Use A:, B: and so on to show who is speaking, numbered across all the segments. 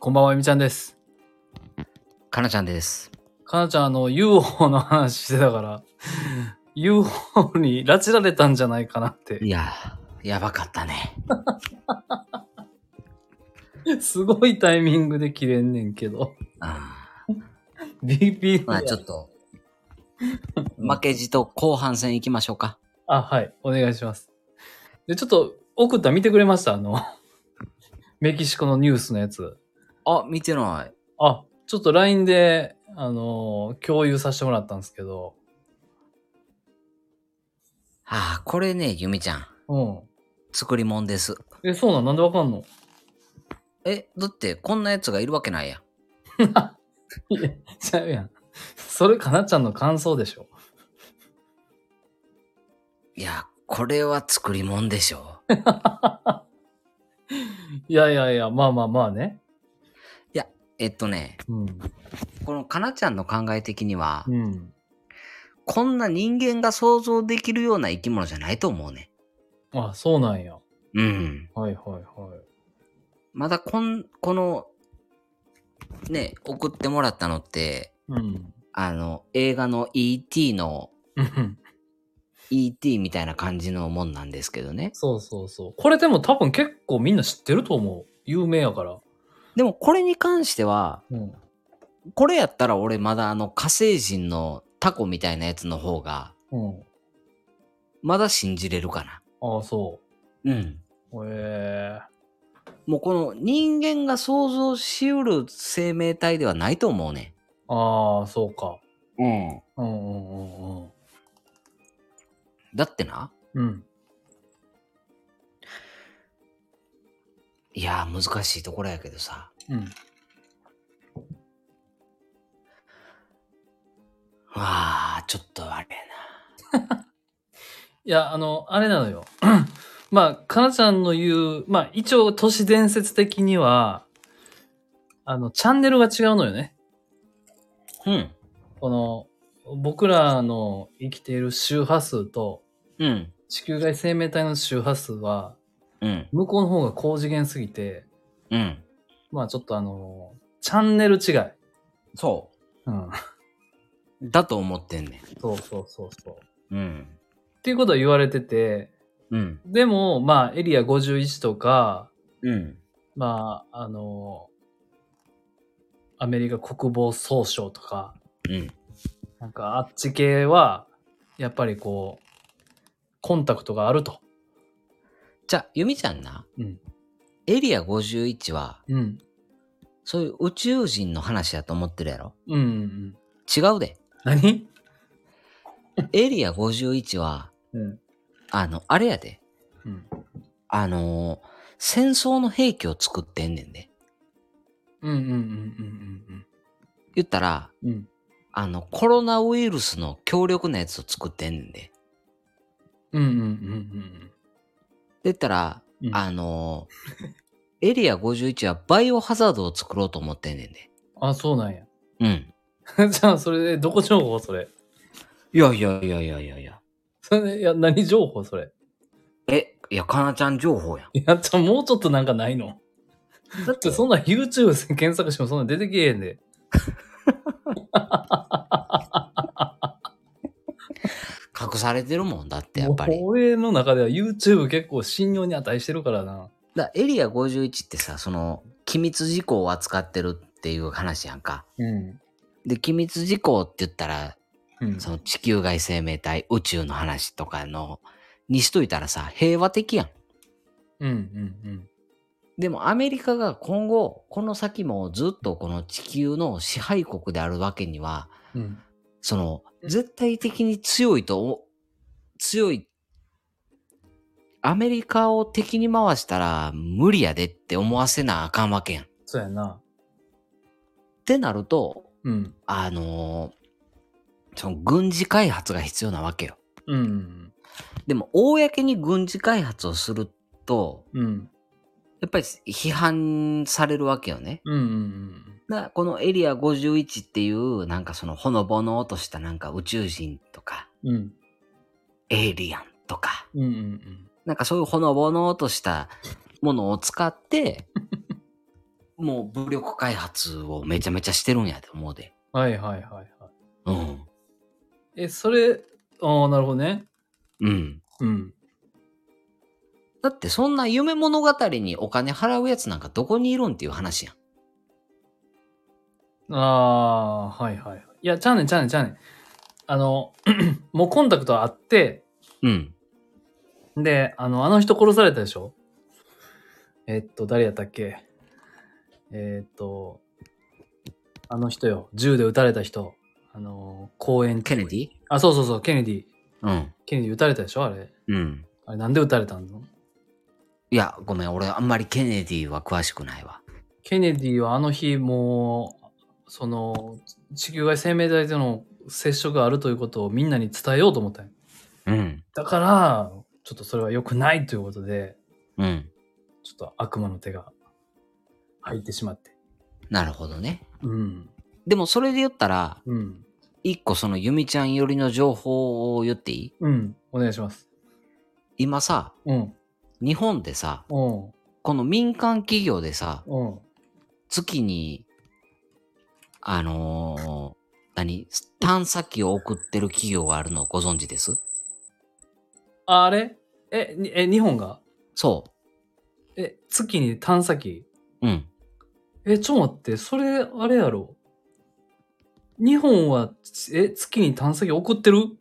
A: こんばんは、みちゃんです。
B: かなちゃんです。
A: かなちゃん、UFO の話してたから、UFO に拉致られたんじゃないかなって。
B: いや、やばかったね。
A: すごいタイミングで切れんねんけど。BB
B: まあちょっと、負けじと後半戦行きましょうか。
A: はい。お願いします。で、ちょっと、送った見てくれましたメキシコのニュースのやつ。
B: 見てない。
A: ちょっと LINE で、共有させてもらったんですけど。
B: これね、ゆみちゃん。
A: うん。
B: 作り物です。
A: そうなんでわかんの？
B: だってこんなやつがいるわけないやん。
A: いや、ちゃうやん。それかなちゃんの感想でしょ。
B: いや、これは作り物でしょ。
A: いや、まあね。
B: いや、
A: うん。
B: このかなちゃんの考え的には、
A: うん。
B: こんな人間が想像できるような生き物じゃないと思うね。
A: そうなんや。
B: うん。
A: はい。
B: まだこの、ね、送ってもらったのって、
A: うん。
B: 映画の E.T. の
A: うん
B: E.T. みたいな感じのもんなんですけどね。
A: そう。これでも多分結構みんな知ってると思う。有名やから。
B: でもこれに関しては、
A: うん。
B: これやったら俺まだ火星人のタコみたいなやつの方が、
A: うん。
B: まだ信じれるかな。
A: そ
B: うん。
A: う。へえ。
B: もうこの人間が想像しうる生命体ではないと思うね。
A: そうか。
B: うん。
A: うん。
B: だってな。
A: うん。
B: いやー難しいところやけどさ。
A: うん。
B: ちょっとあれ
A: いや、あれなのよ。まあ、かなちゃんの言う、まあ、一応都市伝説的には、チャンネルが違うのよね。
B: やな。うん。
A: この、僕らの生きている周波数と、
B: うん。
A: 地球外生命体の周波数は、
B: うん。
A: 向こうの方が高次元すぎて、
B: うん。
A: まあちょっとチャンネル違い。
B: そ
A: うん。
B: う。だと思ってんね
A: そう。
B: ん。うん。
A: っていうことは言われてて、
B: うん。
A: でも、まあエリア51とか、
B: うん。
A: まあアメリカ国防総省とか、
B: うん。
A: なんかあっち系は、やっぱりこう、コンタクトがあると。
B: じゃあ、ゆみちゃんな。
A: うん。
B: エリア51は、
A: うん。
B: そういう宇宙人の話やと思ってるやろ。違うで。
A: 何？
B: エリア51は、
A: うん。
B: あれやで。
A: うん。
B: 戦争の兵器を作ってんねんで。言ったら、
A: うん。
B: コロナウイルスの強力なやつを作ってんねんで。言ったら、
A: うん
B: エリア51はバイオハザードを作ろうと思ってんねんで。
A: そうなんや。
B: うん。
A: じゃあ、それで、どこ情報それ？
B: いや。
A: それで、いや、何情報それ？
B: いや、かなちゃん情報やん。
A: いや、もうちょっとなんかないの？
B: だって
A: そんな YouTube 検索してもそんな出てけえへんで。
B: 隠されてるもんだってやっぱり。
A: 俺の中では YouTube 結構信用に値してるからな。
B: エリア51ってさ、機密事項を扱ってるっていう話やんか。
A: うん。
B: で、機密事項って言ったら、
A: うん。
B: その地球外生命体、宇宙の話とかにしといたらさ、平和的やん。でもアメリカが今後、この先もずっとこの地球の支配国であるわけには、絶対的に強い、アメリカを敵に回したら無理やでって思わせなあかんわけやん。
A: そうやな。
B: ってなると、
A: うん。
B: その軍事開発が必要なわけよ。
A: うん。
B: でも、公に軍事開発をすると、
A: うん。
B: やっぱり批判されるわけよね。だからこのエリア51っていう、なんかそのほのぼのとしたなんか宇宙人とか、
A: うん。
B: エイリアンとか、
A: うん。
B: なんかそういうほのぼのとしたものを使って、 もう武力開発をめちゃめちゃしてるんやと思うで。
A: はいはいはいはい。
B: うん。
A: それ、ああ、なるほどね。
B: うん。
A: うん。
B: だってそんな夢物語にお金払うやつなんかどこにいるんっていう話やん。
A: ああ、はいはい。いや、ちゃうねん。もうコンタクトあって、
B: うん。
A: で、あの人殺されたでしょ？誰やったっけ？あの人よ。銃で撃たれた人。公園。
B: ケネディ？
A: あ、そうそうそう、ケネディ。
B: うん。
A: ケネディ撃たれたでしょあれ。
B: うん。
A: あれなんで撃たれたの？
B: いや、ごめん。俺あんまりケネディは詳しくないわ。
A: ケネディはあの日もう、地球外生命体との接触があるということをみんなに伝えようと思ったんよ。
B: うん。
A: だから、ちょっとそれは良くないということで、
B: うん。
A: ちょっと悪魔の手が入ってしまって。
B: なるほどね。
A: うん。
B: でもそれで言ったら、
A: うん。
B: 一個そのユミちゃん寄りの情報を言っていい？
A: うん。お願いします。
B: 今さ、
A: うん。
B: 日本でさ、
A: うん。
B: この民間企業でさ、
A: うん。
B: 月に、探査機を送ってる企業があるのをご存知です？
A: あれ日本が？
B: そ
A: 月に探査機？
B: う。うん。
A: ちょっと待って、それ、あれやろ。日本は、月に探査機送ってる？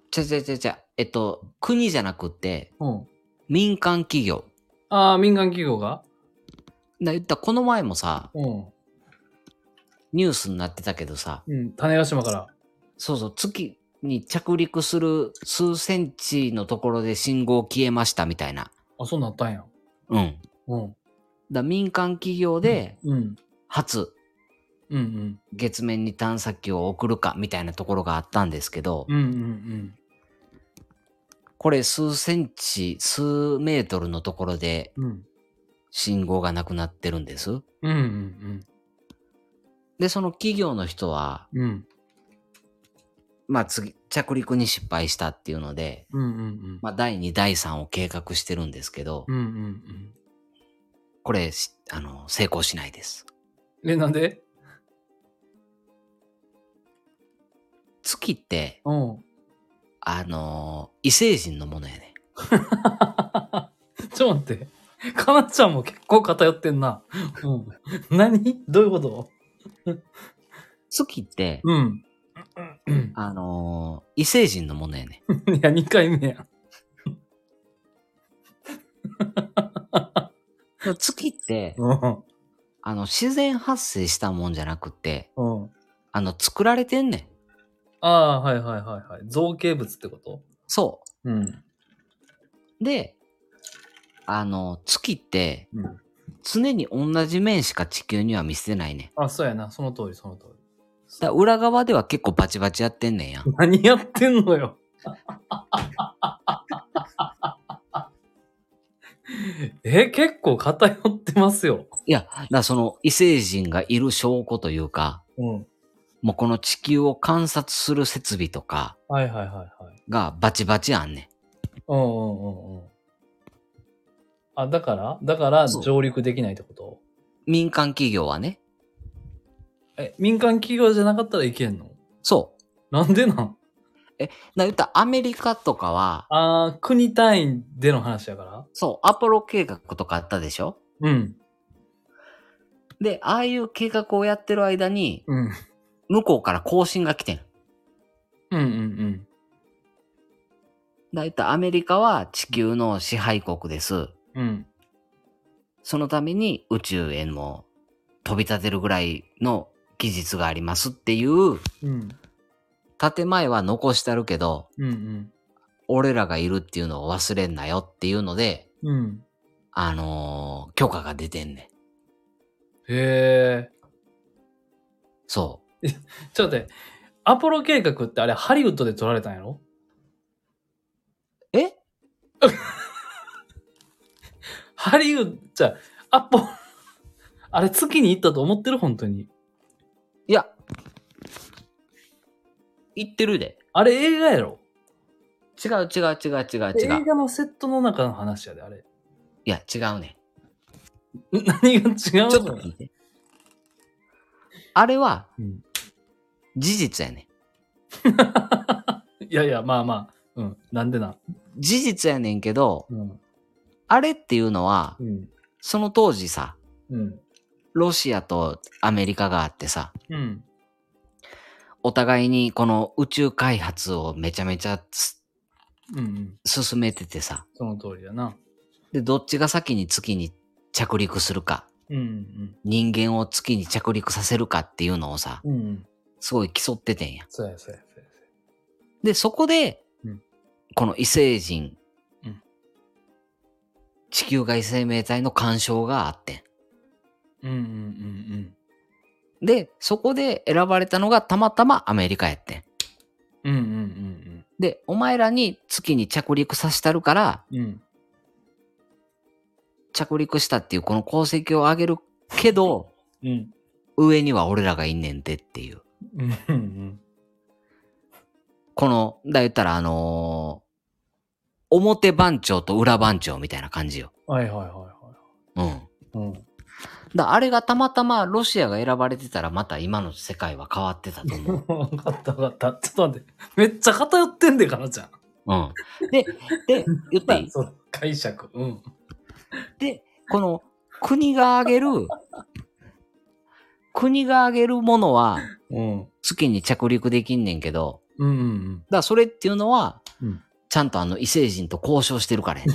B: 国じゃなくって、
A: うん。
B: 民間企業。
A: ああ、民間企業が？
B: 言ったらこの前もさ、
A: うん。
B: ニュースになってたけどさ、
A: うん。種子島から。
B: そうそう、月に着陸する数センチのところで信号消えましたみたいな。
A: あ、そうなったんや。
B: うん。
A: うん。
B: 民間企業で、
A: うん。
B: 初、
A: うんうん。
B: 月面に探査機を送るかみたいなところがあったんですけど、
A: うんうんうん。
B: これ数センチ、数メートルのところで
A: うん。
B: 信号がなくなってるんです。
A: うんうん
B: で、その企業の人は、
A: うん。うん。
B: まあ次、着陸に失敗したっていうので、
A: うんうんうん。
B: まあ第2、第3を計画してるんですけど、
A: うんうんうん。
B: これ、成功しないです。
A: なんで？
B: 月って、
A: うん。
B: 異星人のものやね。
A: ちょっと待って。かなちゃんも結構偏ってんな。うん。何？どういうこと？
B: 月って、
A: うん。
B: 異星人のものやね。
A: いや、2回目や。
B: 月って、
A: うん。
B: 自然発生したもんじゃなくて、
A: うん。
B: 作られてんねん。
A: ああ、はいはいはいはい。造形物ってこと？
B: そ
A: うん。
B: う。で、月って、
A: うん。
B: 常に同じ面しか地球には見せてないねん。
A: あ、そうやな。その通り、その通り。
B: だから裏側では結構バチバチやってんねんや。
A: 何やってんのよ。結構偏ってますよ。
B: いや、だからその異星人がいる証拠というか、
A: うん。
B: もうこの地球を観察する設備とか
A: はいはいはいはい。
B: がバチバチあんねん。
A: うんうんうんうん。あ、だから
B: そう
A: 上陸できないってこと？
B: 民間企業はね。
A: 民間企業じゃなかったらいけんの？
B: そう。
A: なんでなん？
B: 言ったらアメリカとかは、
A: 国単位での話やから？
B: そう、アポロ計画とかあったでしょ？
A: うん。
B: で、ああいう計画をやってる間に、
A: うん。
B: 向こうから更新が来てん。
A: うんうん
B: だいたいアメリカは地球の支配国です。
A: うん。うん。
B: そのために宇宙へも飛び立てるぐらいの技術がありますっていう
A: うん。
B: 建前は残してあるけど、
A: うんうん。
B: 俺らがいるっていうのを忘れんなよっていうので、
A: うん。
B: 許可が出てんねん。
A: へえ。
B: そ
A: ちょっと待って。アポロ計画ってあれハリウッドで撮られたんやろ？
B: う。え？
A: ハリウッド、あれ月に行ったと思ってる？本当に。
B: いや、言ってるで。
A: あれ映画やろ？
B: 違う。
A: 映画のセットの中の話やで、あれ。
B: いや、違うね。
A: 何が違うの？
B: ちょっと聞いて。 あれは、
A: うん。
B: 事実やね
A: ん。いやいや、まあまあ。うん。なんでな。
B: 事実やねんけど、
A: うん。
B: あれっていうのは、
A: うん。
B: その当時さ、
A: うん。
B: ロシアとアメリカがあってさ、
A: うん。
B: お互いにこの宇宙開発をめちゃめちゃ
A: うん。
B: 進めててさ、
A: その通りだな。
B: で、どっちが先に月に着陸するか、
A: うん。
B: 人間を月に着陸させるかっていうのをさ、
A: うん。うん。
B: すごい競っててんや。
A: そうや、そうや、そうや。
B: で、そこで、
A: うん
B: この異星人、
A: うん
B: 地球外生命体の干渉があって
A: うん。うん。うん。
B: ん。で、そこで選ばれたのがたまたまアメリカやってん。
A: うん。うん。うん。
B: で、お前らに月に着陸させたるから、
A: うん。うん。
B: 着陸したっていうこの功績を上げるけど、
A: うん。
B: 上には俺らがいんねんでっていう。
A: うん。うん。
B: この、言ったら表番長と裏番長みたいな感じよ。
A: はいはいは
B: うん。
A: いはい。うん。
B: あれがたまたまロシアが選ばれてたらまた今の世界は変わってたと思う。
A: わかったわかった。ちょっと待って。めっちゃ偏ってんで、かなちゃん。
B: うん。で、言っていい？
A: そう、解釈。うん。
B: で、この国が挙げるものは
A: うん。
B: 月に着陸できんねんけど、
A: うんうんうん。
B: それっていうのは、
A: うん
B: ちゃんと異星人と交渉してるからやねん。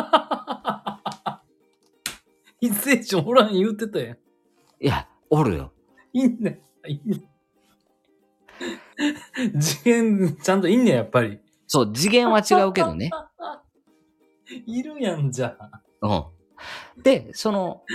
A: 異星人おらん言うてたやん。
B: いや、おるよ。
A: いんねん。いんねん。次元、ちゃんといんねん、やっぱり。
B: そう、次元は違うけどね。
A: いるやん、じゃあ。
B: うん。で、ち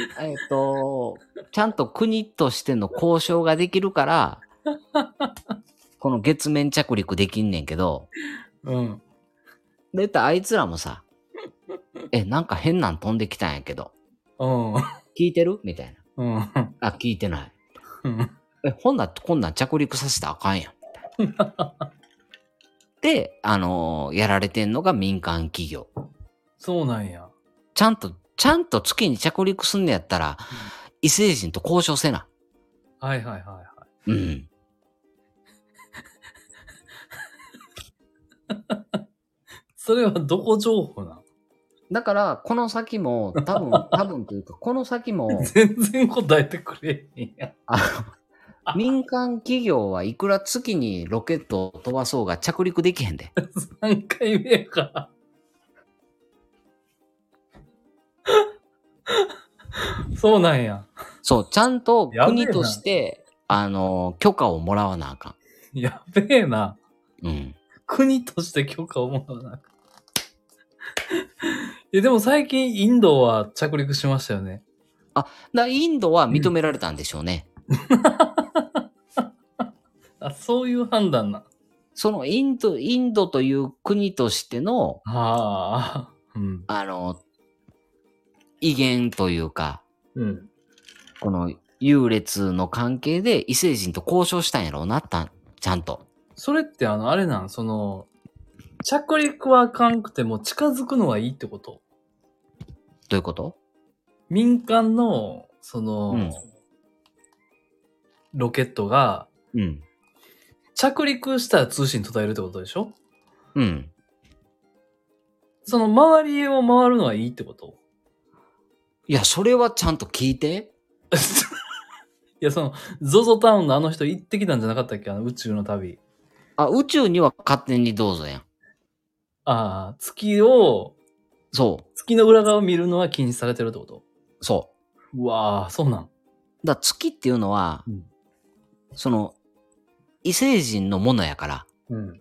B: ゃんと国としての交渉ができるから、この月面着陸できんねんけど、
A: うん。
B: で、言ったらあいつらもさ、なんか変なん飛んできたんやけど、
A: うん。
B: 聞いてるみたいな。
A: うん。
B: あ、聞いてない。
A: うん。
B: こんなん着陸させたらあかんやん。で、やられてんのが民間企業。
A: そうなんや。
B: ちゃんと月に着陸すんねやったら、異星人と交渉せな。
A: はいはいはいはい。
B: うん。
A: それはどこ情報な
B: だから、この先も、多分というか、この先も、
A: 全然答えてくれへんやん。
B: 民間企業はいくら月にロケットを飛ばそうが着陸できへんで。
A: 3回目やから。そうなんや。
B: そう、ちゃんと
A: やべえな
B: 国として、許可をもらわなあか
A: やべえな。
B: ん。うん。
A: 国として許可をもらわなく。でも最近インドは着陸しましたよね。
B: インドは認められたんでしょうね。
A: あ、そういう判断な。
B: そのインドという国としての、
A: ああ。うん。
B: 威厳というか、
A: うん。
B: この優劣の関係で異星人と交渉したんやろうなちゃんと。
A: それってあれなん着陸はあかんくても近づくのはいいってこと
B: どういうこと？
A: 民間の、
B: うん
A: ロケットが、
B: うん。
A: 着陸したら通信途絶えるってことでしょ？
B: うん。
A: その周りを回るのはいいってこと
B: いや、それはちゃんと聞いて。
A: いや、ZOZO タウンのあの人行ってきたんじゃなかったっけ宇宙の旅。
B: 宇宙には勝手にどうぞやん。
A: ああ、月の裏側を見るのは禁止されてるってこと
B: そう
A: わあ、そうなん。
B: 月っていうのは、
A: うん、
B: 異星人のものやから、
A: うん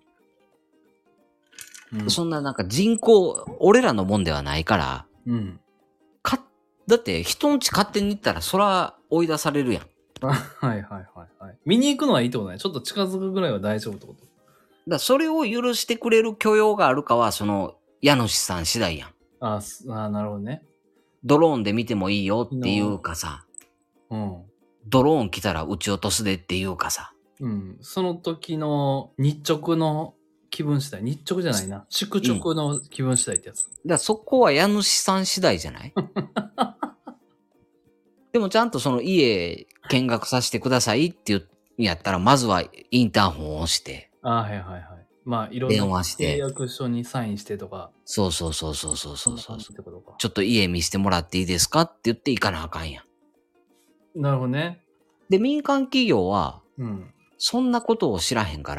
B: そんななんか人工、俺らのもんではないから、
A: うん。
B: だって人ん家勝手に行ったらそら追い出されるやん。
A: はいはいはい。見に行くのはいいってことね。ちょっと近づくぐらいは大丈夫ってこと
B: それを許してくれる許容があるかは、家主さん次第やん。
A: ああ、なるほどね。
B: ドローンで見てもいいよっていうかさ、
A: うん。
B: ドローン来たら撃ち落とすでっていうかさ。
A: うん。その時の日直の気分次第。日直じゃないな。宿直の気分次第ってやつ。
B: そこは家主さん次第じゃないでもちゃんと家見学させてくださいって言うんやったら、まずはインターホンを押して、
A: はいはいはい。まあ、いろんな
B: 電話し
A: 契
B: て、
A: 約書にサインしてとか、
B: そうそうそうそうそう
A: そんな感
B: そうそう。
A: じってことか。
B: ちょっと家見せてもらっていいですかって言って行かなあかんやん。
A: なるほどね。
B: で、民間企業は、
A: うん。
B: そんなことを知らへんから、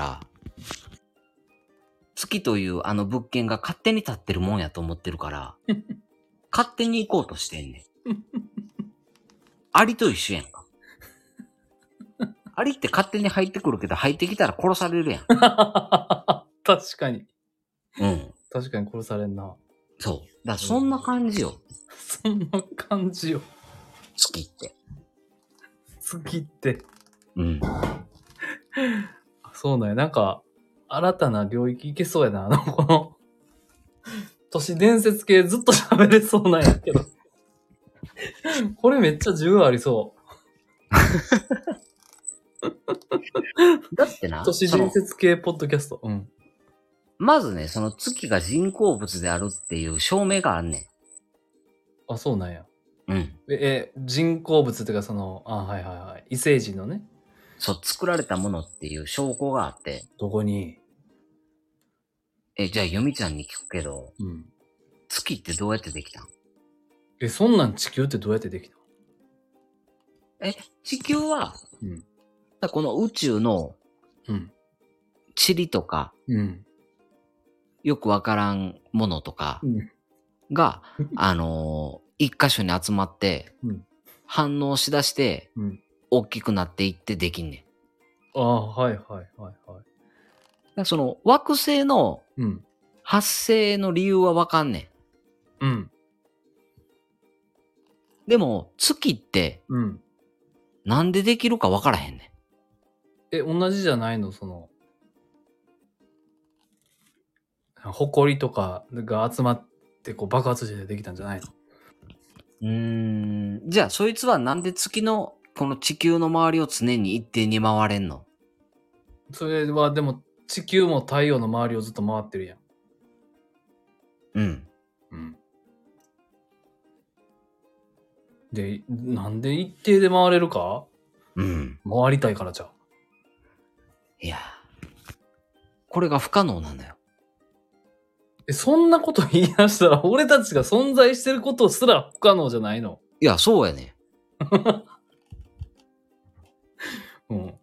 B: 月というあの物件が勝手に立ってるもんやと思ってるから、勝手に行こうとしてんねん。アリと一緒やんか。アリって勝手に入ってくるけど、入ってきたら殺されるやん。
A: 確かに。
B: うん。
A: 確かに殺されんな。
B: そう。だからそんな感じよ。
A: そんな感じよ。
B: 月って。
A: 月って。
B: うん。
A: そうなんや。なんか、新たな領域行けそうやな。この、都市伝説系ずっと喋れそうなんやけど。これめっちゃ需要ありそ
B: だってな、
A: う。都市伝説系ポッドキャスト。うん。
B: まずね、その月が人工物であるっていう証明があんね
A: あ、そうなんや。
B: ん。うん。
A: 人工物っていうかはいはいはい。異星人のね。
B: そう、作られたものっていう証拠があって、
A: どこに
B: じゃあ、ヨミちゃんに聞くけど、
A: うん。
B: 月ってどうやってできたん？
A: そんなん地球ってどうやってできた
B: 地球は、
A: うん。
B: この宇宙の
A: うん。
B: 塵とか、
A: うん。
B: よくわからんものとか
A: うん。
B: が、一箇所に集まって、
A: うん
B: 反応しだして、
A: うん。
B: 大きくなっていってできんねん。
A: はいはいはいはい。
B: その惑星の
A: うん。
B: 発生の理由はわかんねん。
A: うん。
B: でも、月って
A: うん。
B: なんでできるかわからへんねん。
A: 同じじゃないの埃とかが集まってこう爆発してできたんじゃないの
B: じゃあ、そいつはなんで月の、この地球の周りを常に一定に回れんの？
A: それはでも地球も太陽の周りをずっと回ってるやん。
B: うん。
A: うん。で、なんで一定で回れるか
B: うん。
A: 回りたいからじゃ。
B: いや、これが不可能なのよ。
A: そんなこと言い出したら俺たちが存在してることすら不可能じゃないの？
B: いや、そうやね。
A: うん。